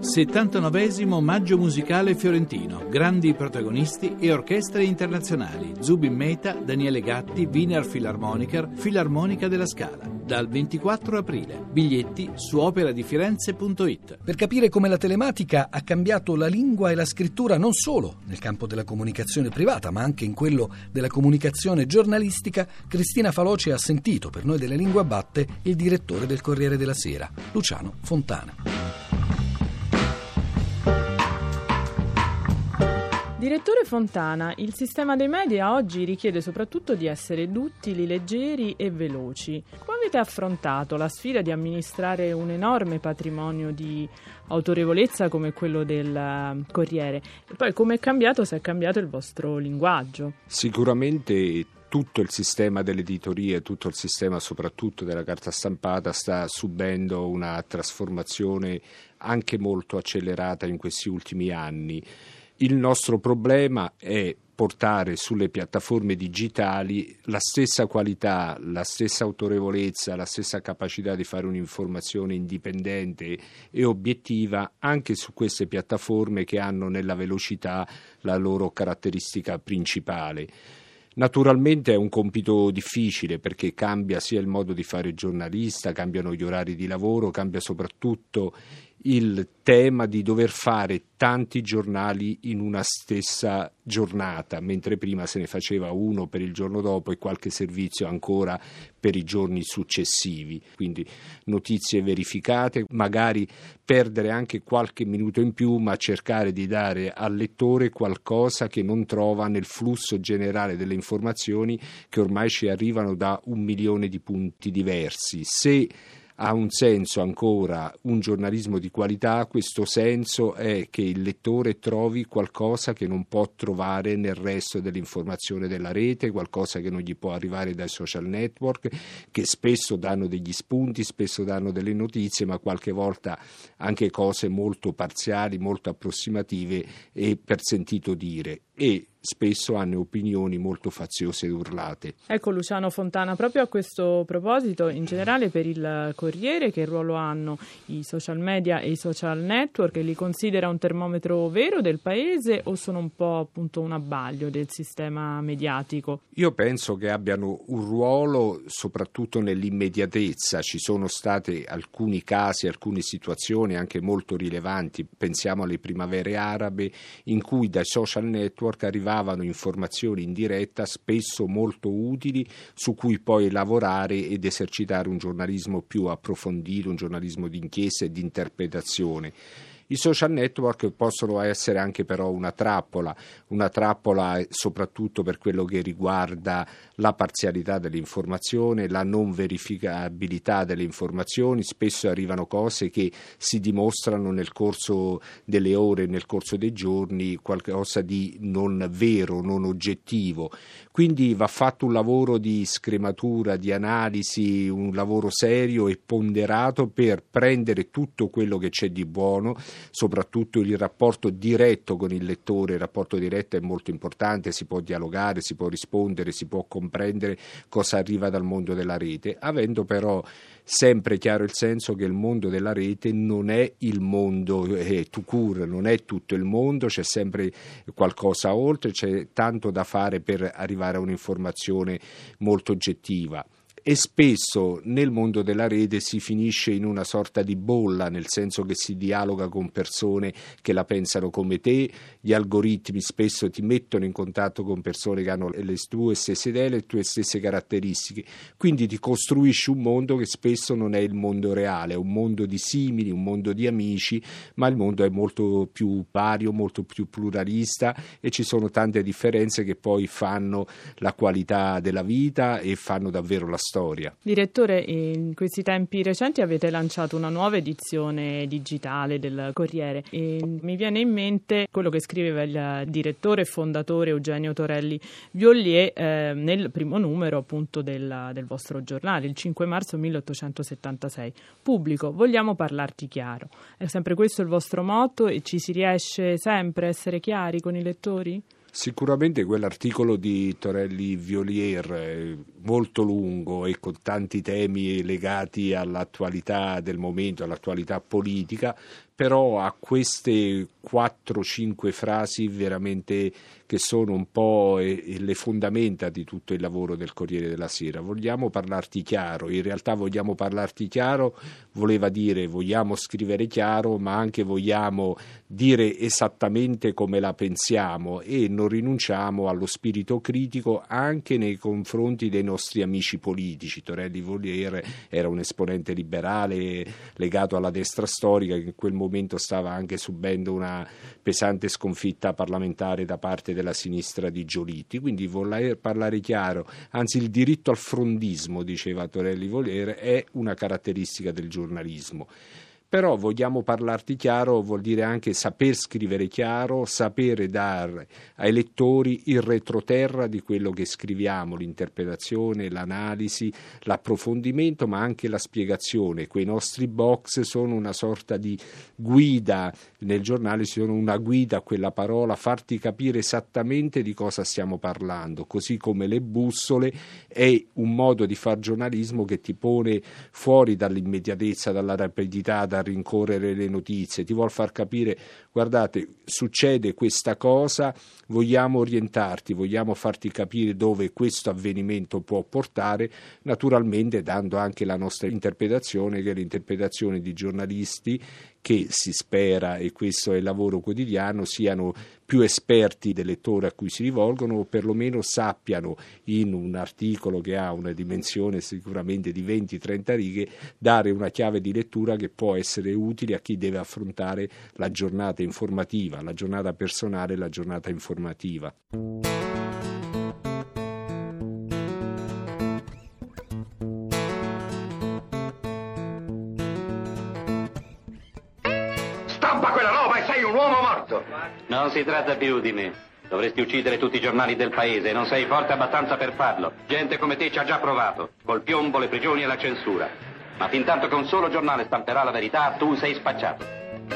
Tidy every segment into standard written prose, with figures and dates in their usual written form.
79esimo Maggio Musicale Fiorentino. Grandi protagonisti e orchestre internazionali. Zubin Mehta, Daniele Gatti, Wiener Philharmoniker, Filarmonica della Scala. Dal 24 aprile. Biglietti su operadifirenze.it. Per capire come la telematica ha cambiato la lingua e la scrittura non solo nel campo della comunicazione privata, ma anche in quello della comunicazione giornalistica, Cristina Faloci ha sentito per Noi della Lingua Batte il direttore del Corriere della Sera, Luciano Fontana. Direttore Fontana, il sistema dei media oggi richiede soprattutto di essere duttili, leggeri e veloci. Come avete affrontato la sfida di amministrare un enorme patrimonio di autorevolezza come quello del Corriere? E poi come è cambiato, se è cambiato il vostro linguaggio? Sicuramente tutto il sistema dell'editoria, tutto il sistema soprattutto della carta stampata sta subendo una trasformazione anche molto accelerata in questi ultimi anni. Il nostro problema è portare sulle piattaforme digitali la stessa qualità, la stessa autorevolezza, la stessa capacità di fare un'informazione indipendente e obiettiva anche su queste piattaforme che hanno nella velocità la loro caratteristica principale. Naturalmente è un compito difficile perché cambia sia il modo di fare giornalista, cambiano gli orari di lavoro, cambia soprattutto il tema di dover fare tanti giornali in una stessa giornata, mentre prima se ne faceva uno per il giorno dopo e qualche servizio ancora per i giorni successivi. Quindi notizie verificate, magari perdere anche qualche minuto in più, ma cercare di dare al lettore qualcosa che non trova nel flusso generale delle informazioni che ormai ci arrivano da 1 milione di punti diversi. Se ha un senso ancora un giornalismo di qualità, questo senso è che il lettore trovi qualcosa che non può trovare nel resto dell'informazione della rete, qualcosa che non gli può arrivare dai social network, che spesso danno degli spunti, spesso danno delle notizie, ma qualche volta anche cose molto parziali, molto approssimative e per sentito dire, e spesso hanno opinioni molto faziose ed urlate. Ecco Luciano Fontana, proprio a questo proposito, in generale per il Corriere, che ruolo hanno i social media e i social network? Li considera un termometro vero del paese o sono un po' appunto un abbaglio del sistema mediatico? Io penso che abbiano un ruolo soprattutto nell'immediatezza. Ci sono stati alcuni casi, alcune situazioni anche molto rilevanti, pensiamo alle primavere arabe, in cui dai social network arrivavano informazioni in diretta spesso molto utili su cui poi lavorare ed esercitare un giornalismo più approfondito, un giornalismo di inchiesta e di interpretazione. I social network possono essere anche però una trappola soprattutto per quello che riguarda la parzialità dell'informazione, la non verificabilità delle informazioni. Spesso arrivano cose che si dimostrano nel corso delle ore, nel corso dei giorni, qualcosa di non vero, non oggettivo. Quindi va fatto un lavoro di scrematura, di analisi, un lavoro serio e ponderato per prendere tutto quello che c'è di buono, soprattutto il rapporto diretto con il lettore. Il rapporto diretto è molto importante, si può dialogare, si può rispondere, si può comprendere cosa arriva dal mondo della rete, avendo però sempre chiaro il senso che il mondo della rete non è il mondo tout court, non è tutto il mondo, c'è sempre qualcosa oltre, c'è tanto da fare per arrivare a un'informazione molto oggettiva. E spesso nel mondo della rete si finisce in una sorta di bolla, nel senso che si dialoga con persone che la pensano come te, gli algoritmi spesso ti mettono in contatto con persone che hanno le tue stesse idee, le tue stesse caratteristiche, quindi ti costruisci un mondo che spesso non è il mondo reale, è un mondo di simili, un mondo di amici, ma il mondo è molto più vario, molto più pluralista e ci sono tante differenze che poi fanno la qualità della vita e fanno davvero la storia. Direttore, in questi tempi recenti avete lanciato una nuova edizione digitale del Corriere e mi viene in mente quello che scriveva il direttore e fondatore Eugenio Torelli Viollier nel primo numero appunto del vostro giornale, il 5 marzo 1876. Pubblico, vogliamo parlarti chiaro. È sempre questo il vostro motto e ci si riesce sempre a essere chiari con i lettori? Sicuramente quell'articolo di Torelli Viollier, molto lungo e con tanti temi legati all'attualità del momento, all'attualità politica, però ha queste 4-5 frasi veramente che sono un po' le fondamenta di tutto il lavoro del Corriere della Sera. Vogliamo parlarti chiaro, in realtà vogliamo parlarti chiaro voleva dire vogliamo scrivere chiaro, ma anche vogliamo dire esattamente come la pensiamo e non rinunciamo allo spirito critico anche nei confronti dei nostri amici politici. Torelli Voliere era un esponente liberale legato alla destra storica che in quel momento stava anche subendo una pesante sconfitta parlamentare da parte della sinistra di Giolitti, quindi voler parlare chiaro, anzi il diritto al frondismo, diceva Torelli Voliere, è una caratteristica del giornalismo. Però vogliamo parlarti chiaro vuol dire anche saper scrivere chiaro, sapere dare ai lettori il retroterra di quello che scriviamo, l'interpretazione, l'analisi, l'approfondimento, ma anche la spiegazione. Quei nostri box sono una sorta di guida, nel giornale sono una guida a quella parola, farti capire esattamente di cosa stiamo parlando, così come le bussole è un modo di far giornalismo che ti pone fuori dall'immediatezza, dalla rapidità, dal rincorrere le notizie, ti vuol far capire guardate succede questa cosa, vogliamo orientarti, vogliamo farti capire dove questo avvenimento può portare, naturalmente dando anche la nostra interpretazione che è l'interpretazione di giornalisti che si spera, e questo è il lavoro quotidiano, siano più esperti del lettore a cui si rivolgono o perlomeno sappiano in un articolo che ha una dimensione sicuramente di 20-30 righe dare una chiave di lettura che può essere utile a chi deve affrontare la giornata informativa, la giornata personale e la giornata informativa. Un uomo morto. Non si tratta più di me. Dovresti uccidere tutti i giornali del paese. Non sei forte abbastanza per farlo. Gente come te ci ha già provato. Col piombo, le prigioni e la censura. Ma fin tanto che un solo giornale stamperà la verità, tu sei spacciato.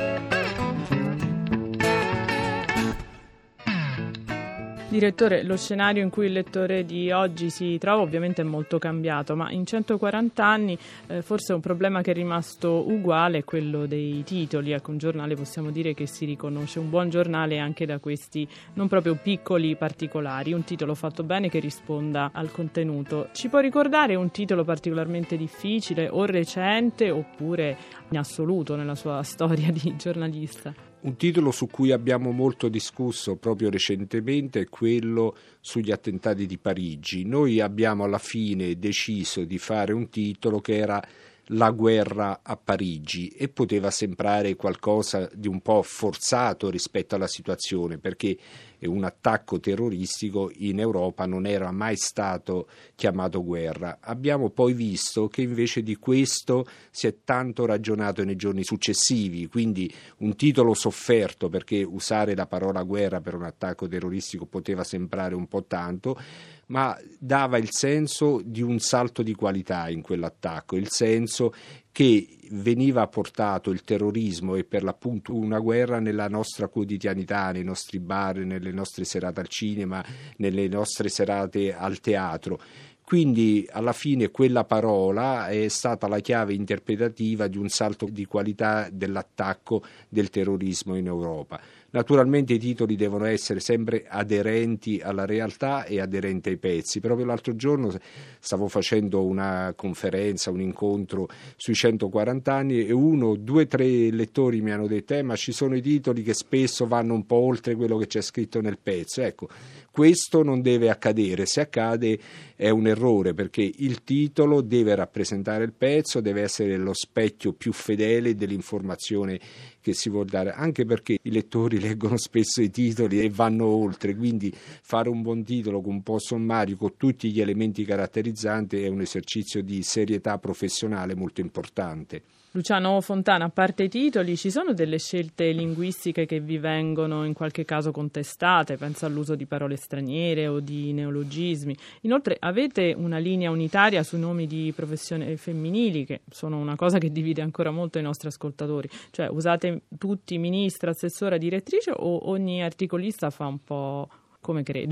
Direttore, lo scenario in cui il lettore di oggi si trova ovviamente è molto cambiato, ma in 140 anni forse un problema che è rimasto uguale è quello dei titoli. Ecco, un giornale possiamo dire che si riconosce un buon giornale anche da questi non proprio piccoli particolari, un titolo fatto bene che risponda al contenuto. Ci può ricordare un titolo particolarmente difficile o recente oppure in assoluto nella sua storia di giornalista? Un titolo su cui abbiamo molto discusso proprio recentemente è quello sugli attentati di Parigi. Noi abbiamo alla fine deciso di fare un titolo che era La guerra a Parigi e poteva sembrare qualcosa di un po' forzato rispetto alla situazione, perché un attacco terroristico in Europa non era mai stato chiamato guerra. Abbiamo poi visto che invece di questo si è tanto ragionato nei giorni successivi, quindi un titolo sofferto, perché usare la parola guerra per un attacco terroristico poteva sembrare un po' tanto, ma dava il senso di un salto di qualità in quell'attacco, il senso che veniva portato il terrorismo e per l'appunto una guerra nella nostra quotidianità, nei nostri bar, nelle nostre serate al cinema, nelle nostre serate al teatro. Quindi alla fine quella parola è stata la chiave interpretativa di un salto di qualità dell'attacco del terrorismo in Europa. Naturalmente i titoli devono essere sempre aderenti alla realtà e aderenti ai pezzi. Proprio l'altro giorno stavo facendo una conferenza, un incontro sui 140 anni e 1, 2, 3 lettori mi hanno detto ma ci sono i titoli che spesso vanno un po' oltre quello che c'è scritto nel pezzo. Ecco, questo non deve accadere, se accade è un errore, perché il titolo deve rappresentare il pezzo, deve essere lo specchio più fedele dell'informazione che si vuol dare, anche perché i lettori leggono spesso i titoli e vanno oltre, quindi fare un buon titolo con un po' sommario, con tutti gli elementi caratterizzanti, è un esercizio di serietà professionale molto importante. Luciano Fontana, a parte i titoli, ci sono delle scelte linguistiche che vi vengono in qualche caso contestate? Penso all'uso di parole straniere o di neologismi. Inoltre avete una linea unitaria sui nomi di professioni femminili, che sono una cosa che divide ancora molto i nostri ascoltatori. Cioè usate tutti ministra, assessora, direttrice o ogni articolista fa un po' come crede?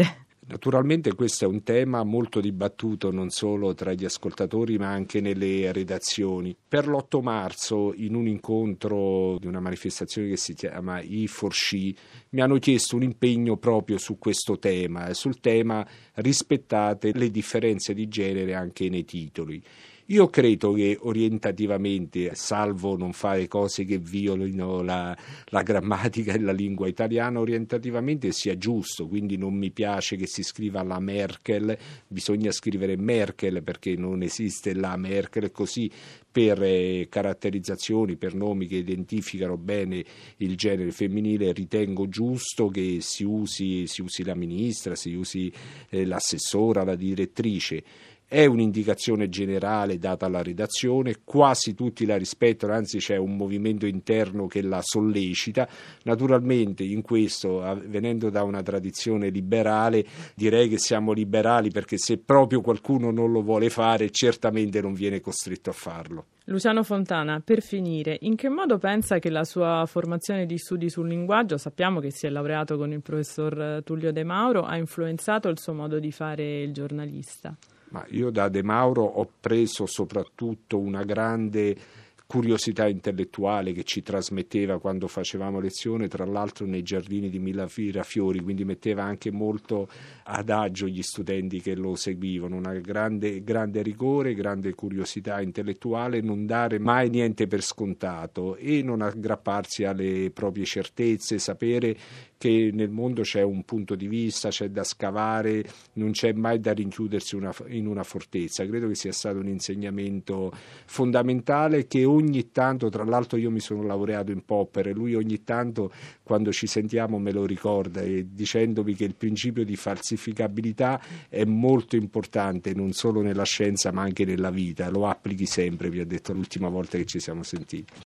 Naturalmente questo è un tema molto dibattuto non solo tra gli ascoltatori ma anche nelle redazioni. Per l'8 marzo, in un incontro di una manifestazione che si chiama E4C, mi hanno chiesto un impegno proprio su questo tema, sul tema rispettate le differenze di genere anche nei titoli. Io credo che orientativamente, salvo non fare cose che violino la grammatica e la lingua italiana, orientativamente sia giusto, quindi non mi piace che si scriva la Merkel, bisogna scrivere Merkel perché non esiste la Merkel, così per caratterizzazioni, per nomi che identificano bene il genere femminile, ritengo giusto che si usi la ministra, si usi l'assessora, la direttrice. È un'indicazione generale data alla redazione, quasi tutti la rispettano, anzi c'è un movimento interno che la sollecita. Naturalmente in questo, venendo da una tradizione liberale, direi che siamo liberali perché se proprio qualcuno non lo vuole fare, certamente non viene costretto a farlo. Luciano Fontana, per finire, in che modo pensa che la sua formazione di studi sul linguaggio, sappiamo che si è laureato con il professor Tullio De Mauro, ha influenzato il suo modo di fare il giornalista? Ma io da De Mauro ho preso soprattutto una grande curiosità intellettuale che ci trasmetteva quando facevamo lezione, tra l'altro nei giardini di Mirafiori, quindi metteva anche molto ad agio gli studenti che lo seguivano, una grande rigore, grande curiosità intellettuale, non dare mai niente per scontato e non aggrapparsi alle proprie certezze, sapere che nel mondo c'è un punto di vista, c'è da scavare, non c'è mai da rinchiudersi in una fortezza. Credo che sia stato un insegnamento fondamentale che ogni tanto, tra l'altro io mi sono laureato in Popper e lui ogni tanto quando ci sentiamo me lo ricorda, dicendomi che il principio di falsificabilità è molto importante non solo nella scienza ma anche nella vita, lo applichi sempre, vi ha detto l'ultima volta che ci siamo sentiti.